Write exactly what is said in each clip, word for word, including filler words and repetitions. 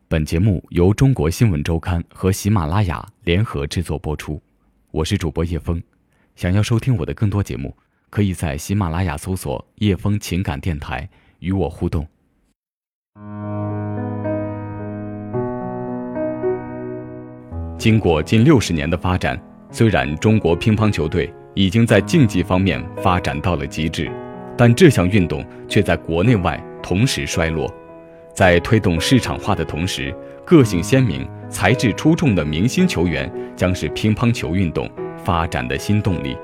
本节目由中国新闻周刊和喜马拉雅联合制作播出，我是主播叶峰。想要收听我的更多节目，可以在喜马拉雅搜索叶峰情感电台与我互动。经过近六十年的发展，虽然中国乒乓球队已经在竞技方面发展到了极致，但这项运动却在国内外同时衰落。在推动市场化的同时，个性鲜明、才智出众的明星球员将是乒乓球运动发展的新动力。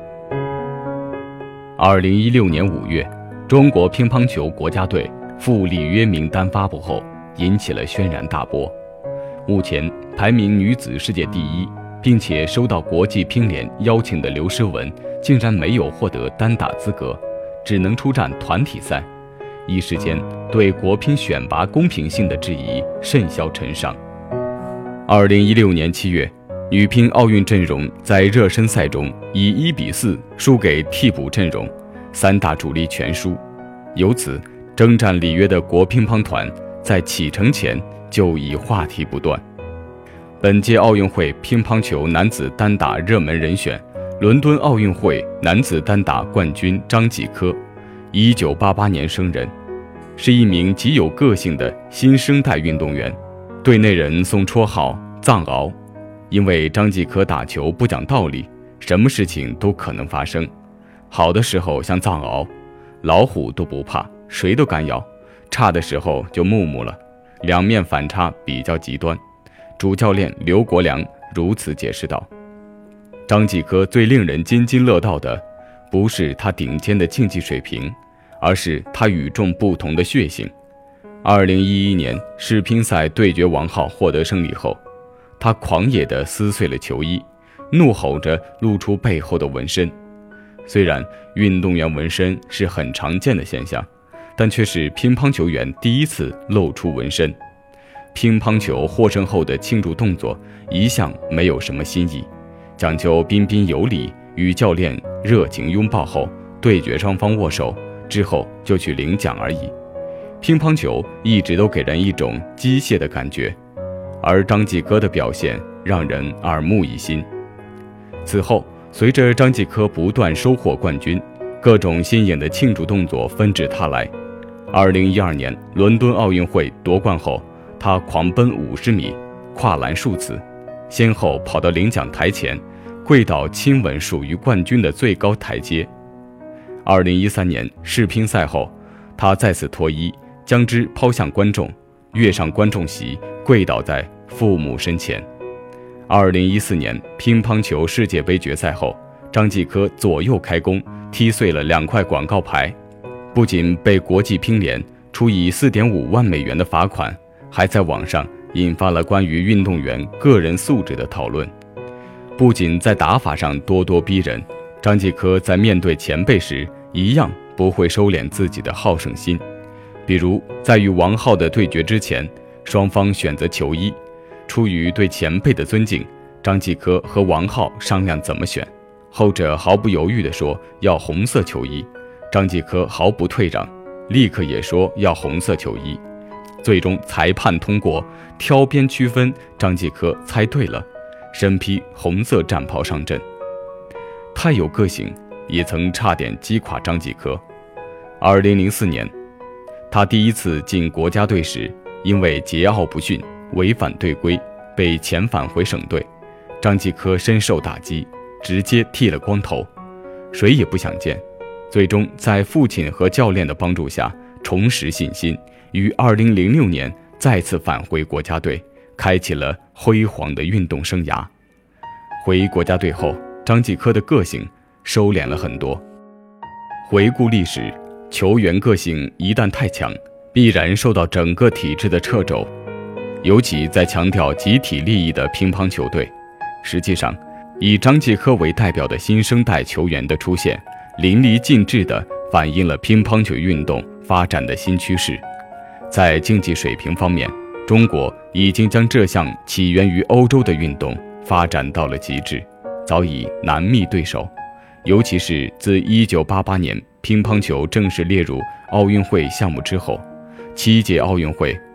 二零一六年五月，中国乒乓球国家队赴里约名单发布后，引起了轩然大波。目前排名女子世界第一，并且收到国际乒联邀请的刘诗雯，竟然没有获得单打资格，只能出战团体赛。一时间，对国乒选拔公平性的质疑甚嚣尘上。二零一六年七月，女乒奥运阵容在热身赛中以一比四输给替补阵容，三大主力全输。由此，征战里约的国乒乓团在启程前就已话题不断。本届奥运会乒乓球男子单打热门人选，伦敦奥运会男子单打冠军张继科，一九八八年生人，是一名极有个性的新生代运动员，队内人送绰号藏獒，因为张继科打球不讲道理，什么事情都可能发生。好的时候像藏獒，老虎都不怕，谁都敢咬；差的时候就木木了，两面反差比较极端。主教练刘国梁如此解释道：张继科最令人津津乐道的，不是他顶尖的竞技水平，而是他与众不同的血性。二零一一年世乒赛对决王皓获得胜利后，他狂野地撕碎了球衣，怒吼着露出背后的纹身。虽然运动员纹身是很常见的现象，但却是乒乓球员第一次露出纹身。乒乓球获胜后的庆祝动作一向没有什么新意，讲究彬彬有礼，与教练热情拥抱后，对决双方握手之后就去领奖而已。乒乓球一直都给人一种机械的感觉，而张继科的表现让人耳目一新。此后，随着张继科不断收获冠军，各种新颖的庆祝动作纷至沓来。二零一二年伦敦奥运会夺冠后，他狂奔五十米，跨栏数次，先后跑到领奖台前，跪倒亲吻属于冠军的最高台阶。二零一三年世乒赛后，他再次脱衣，将之抛向观众，跃上观众席，跪倒在父母身前。二零一四年乒乓球世界杯决赛后，张继科左右开弓，踢碎了两块广告牌，不仅被国际乒联处以 四点五万美元的罚款，还在网上引发了关于运动员个人素质的讨论。不仅在打法上咄咄逼人，张继科在面对前辈时一样不会收敛自己的好胜心。比如在与王皓的对决之前，双方选择球衣，出于对前辈的尊敬，张继科和王皓商量怎么选，后者毫不犹豫地说要红色球衣，张继科毫不退让，立刻也说要红色球衣。最终裁判通过挑边区分，张继科猜对了，身披红色战袍上阵。太有个性，也曾差点击垮张继科。二零零四年，他第一次进国家队时，因为桀骜不驯，违反队规，被遣返回省队。张继科深受打击，直接剃了光头，谁也不想见。最终在父亲和教练的帮助下，重拾信心，于二零零六年再次返回国家队，开启了辉煌的运动生涯。回国家队后，张继科的个性收敛了很多。回顾历史，球员个性一旦太强，必然受到整个体制的掣肘，尤其在强调集体利益的乒乓球队。实际上，以张继科为代表的新生代球员的出现，淋漓尽致地反映了乒乓球运动发展的新趋势。在竞技水平方面，中国已经将这项起源于欧洲的运动发展到了极致，早已难觅对手。尤其是自一九八八年乒乓球正式列入奥运会项目之后，七届奥运会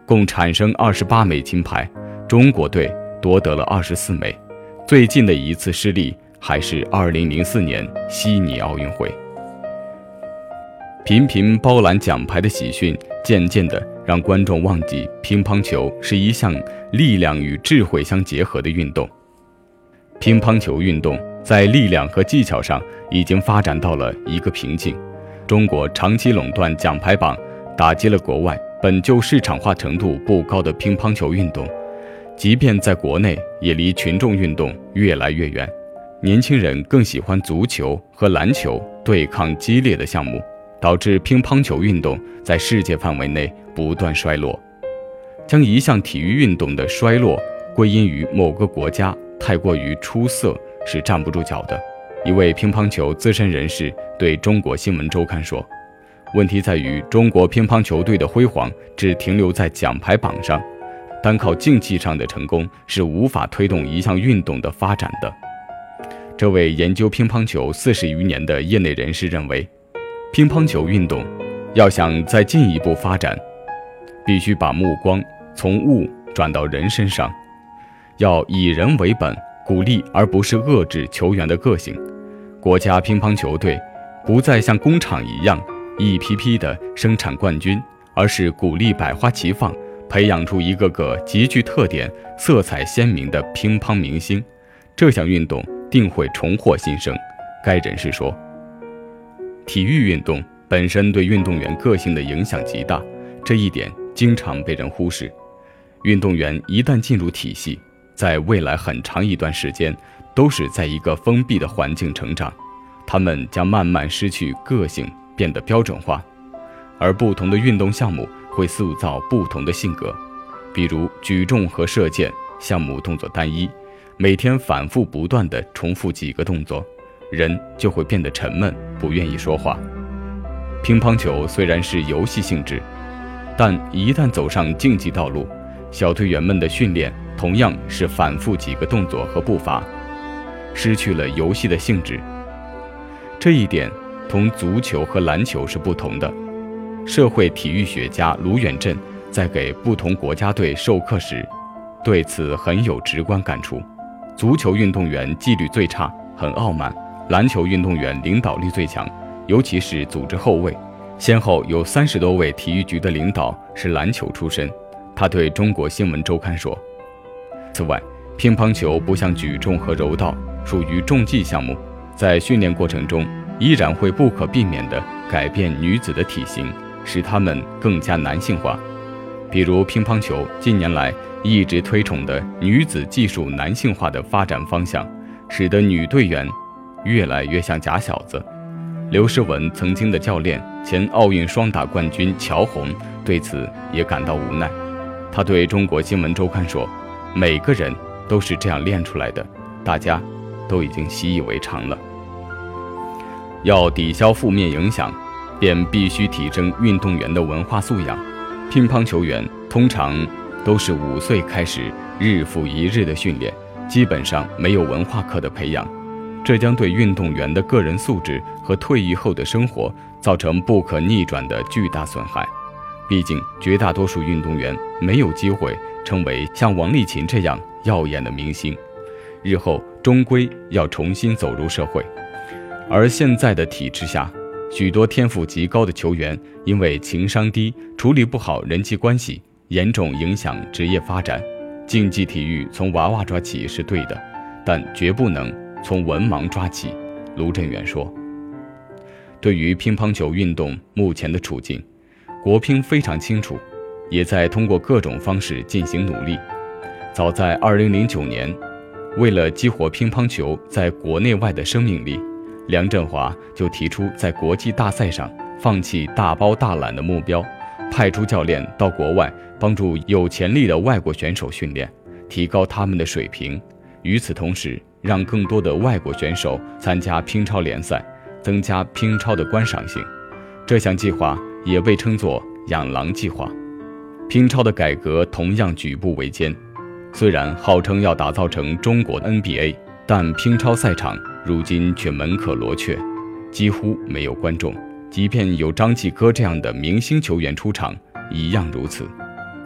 共产生二十八枚金牌，中国队夺得了二十四枚。最近的一次失利还是二零零四年悉尼奥运会。频频包揽奖牌的喜讯，渐渐地让观众忘记乒乓球是一项力量与智慧相结合的运动。乒乓球运动在力量和技巧上已经发展到了一个瓶颈。中国长期垄断奖牌榜，打击了国外本就市场化程度不高的乒乓球运动，即便在国内也离群众运动越来越远。年轻人更喜欢足球和篮球对抗激烈的项目，导致乒乓球运动在世界范围内不断衰落。将一项体育运动的衰落归因于某个国家太过于出色是站不住脚的。一位乒乓球资深人士对中国新闻周刊说，问题在于中国乒乓球队的辉煌只停留在奖牌榜上，单靠竞技上的成功是无法推动一项运动的发展的。这位研究乒乓球四十余年的业内人士认为，乒乓球运动要想再进一步发展，必须把目光从物转到人身上，要以人为本，鼓励而不是遏制球员的个性。国家乒乓球队不再像工厂一样一批批地生产冠军，而是鼓励百花齐放，培养出一个个极具特点、色彩鲜明的乒乓明星。这项运动定会重获新生。该人士说，体育运动本身对运动员个性的影响极大，这一点经常被人忽视。运动员一旦进入体系，在未来很长一段时间都是在一个封闭的环境成长，他们将慢慢失去个性，变得标准化。而不同的运动项目会塑造不同的性格，比如举重和射箭，项目动作单一，每天反复不断地重复几个动作，人就会变得沉闷，不愿意说话。乒乓球虽然是游戏性质，但一旦走上竞技道路，小队员们的训练同样是反复几个动作和步伐，失去了游戏的性质。这一点同足球和篮球是不同的。社会体育学家卢远镇在给不同国家队授课时，对此很有直观感触。足球运动员纪律最差，很傲慢；篮球运动员领导力最强，尤其是组织后卫。先后有三十多位体育局的领导是篮球出身。他对中国新闻周刊说，此外，乒乓球不像举重和柔道属于重技项目，在训练过程中依然会不可避免地改变女子的体型，使她们更加男性化。比如乒乓球近年来一直推崇的女子技术男性化的发展方向，使得女队员越来越像假小子。刘诗雯曾经的教练、前奥运双打冠军乔红对此也感到无奈。他对中国新闻周刊说，每个人都是这样练出来的，大家都已经习以为常了。要抵消负面影响，便必须提升运动员的文化素养。乒乓球员通常都是五岁开始日复一日的训练，基本上没有文化课的培养，这将对运动员的个人素质和退役后的生活造成不可逆转的巨大损害。毕竟绝大多数运动员没有机会成为像王励勤这样耀眼的明星，日后终归要重新走入社会。而现在的体制下，许多天赋极高的球员因为情商低，处理不好人际关系，严重影响职业发展。竞技体育从娃娃抓起是对的，但绝不能从文盲抓起。卢振远说。对于乒乓球运动目前的处境，国乒非常清楚，也在通过各种方式进行努力。早在二零零九年，为了激活乒乓球在国内外的生命力，梁振华就提出在国际大赛上放弃大包大揽的目标，派出教练到国外帮助有潜力的外国选手训练，提高他们的水平。与此同时，让更多的外国选手参加乒超联赛，增加乒超的观赏性。这项计划也被称作养狼计划。乒超的改革同样举步维艰，虽然号称要打造成中国 N B A， 但乒超赛场如今却门可罗雀，几乎没有观众，即便有张继科这样的明星球员出场，一样如此。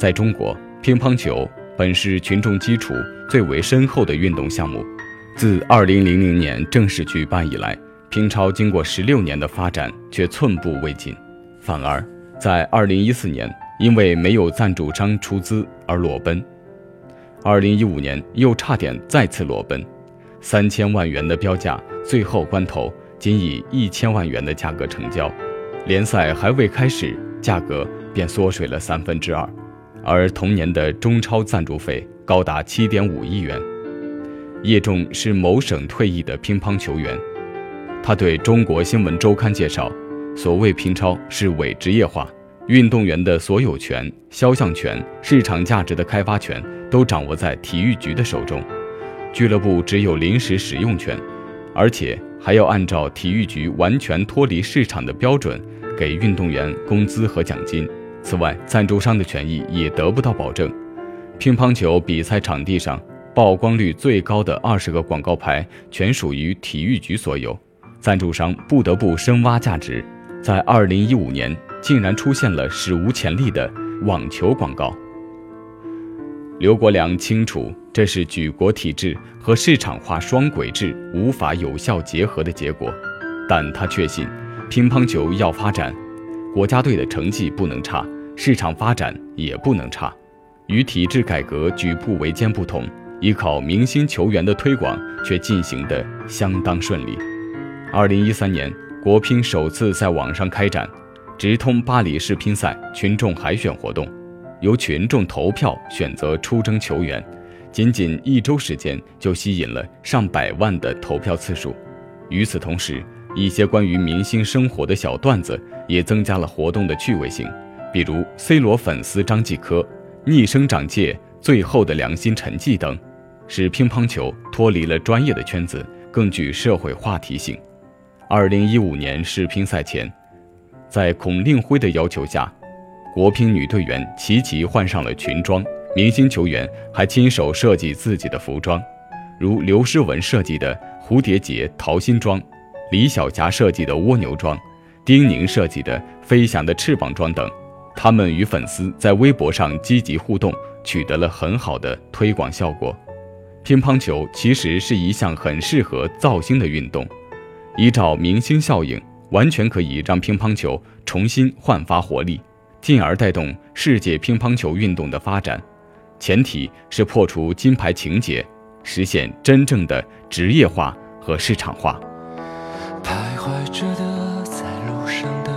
在中国，乒乓球本是群众基础最为深厚的运动项目。自二零零零年正式举办以来，乒超经过十六年的发展，却寸步未进，反而在二零一四年因为没有赞助商出资而裸奔，二零一五年又差点再次裸奔，三千万元的标价，最后关头仅以一千万元的价格成交，联赛还未开始，价格便缩水了三分之二，而同年的中超赞助费高达七点五亿元。叶仲是某省退役的乒乓球员，他对中国新闻周刊介绍，所谓乒超是伪职业化，运动员的所有权、肖像权、市场价值的开发权都掌握在体育局的手中，俱乐部只有临时使用权，而且还要按照体育局完全脱离市场的标准给运动员工资和奖金。此外，赞助商的权益也得不到保证。乒乓球比赛场地上曝光率最高的二十个广告牌全属于体育局所有，赞助商不得不深挖价值，在二零一五年竟然出现了史无前例的网球广告。刘国梁清楚，这是举国体制和市场化双轨制无法有效结合的结果，但他确信，乒乓球要发展，国家队的成绩不能差，市场发展也不能差。与体制改革举步维艰不同，依靠明星球员的推广却进行得相当顺利。二零一三年，国乒首次在网上开展直通巴黎世乒赛群众海选活动，由群众投票选择出征球员，仅仅一周时间就吸引了上百万的投票次数。与此同时，一些关于明星生活的小段子也增加了活动的趣味性，比如 C 罗粉丝张继科逆生长界最后的良心沉寂等，使乒乓球脱离了专业的圈子，更具社会话题性。二零一五年世乒赛前，在孔令辉的要求下，国乒女队员齐齐换上了裙装，明星球员还亲手设计自己的服装，如刘诗雯设计的蝴蝶结桃心装，李晓霞设计的蜗牛装，丁宁设计的飞翔的翅膀装等。他们与粉丝在微博上积极互动，取得了很好的推广效果。乒乓球其实是一项很适合造星的运动，依照明星效应，完全可以让乒乓球重新焕发活力，进而带动世界乒乓球运动的发展。前提是破除金牌情节，实现真正的职业化和市场化。 徘徊着的，在路上的，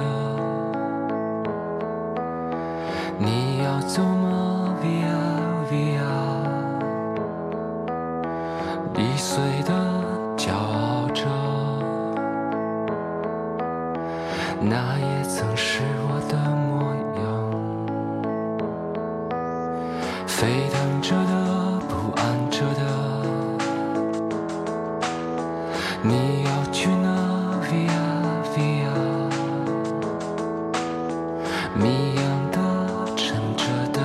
你要走吗 ？Via Via， 易碎的骄傲着，那也曾是我的模样。沸腾着的，不安着的，你要去哪？谜样的，沉着的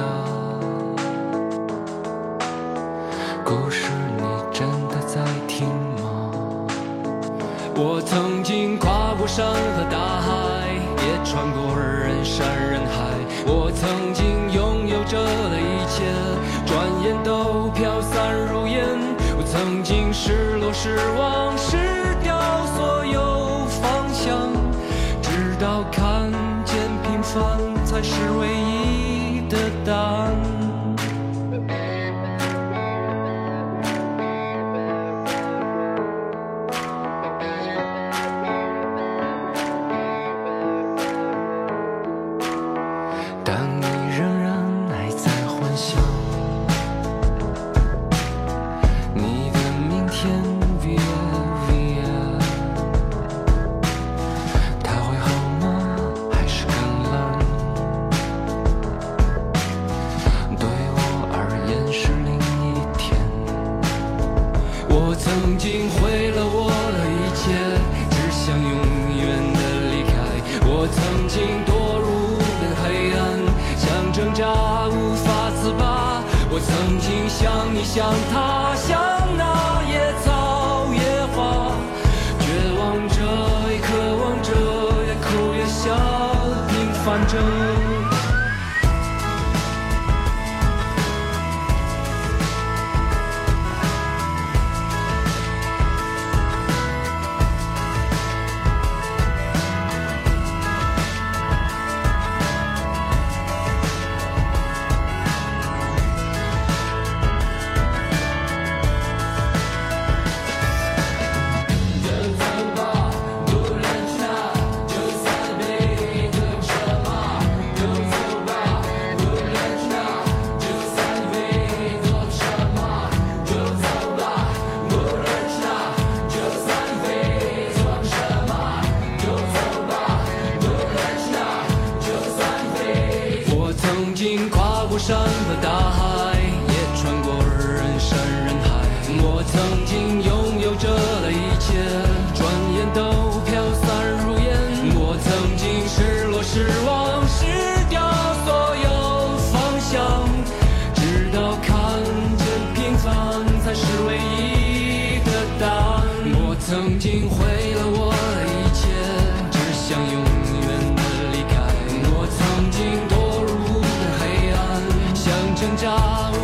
故事，你真的在听吗？我曾经跨过山和大海，也穿过人山人海。我曾经拥有着的一切，转眼都飘散如烟。我曾经失落失望失掉所有方向，直到看见平凡才是唯一的答案。但你仍然还在幻想你的明天 Via Via， 它会好吗？还是更冷？对我而言是另一天。我曾经毁了我的一切，只想永远的离开。我曾经堕入黑暗，想挣扎无法自拔。我曾经像你像他像那野草野花，绝望着也渴望着，也哭也笑，平凡着。 家。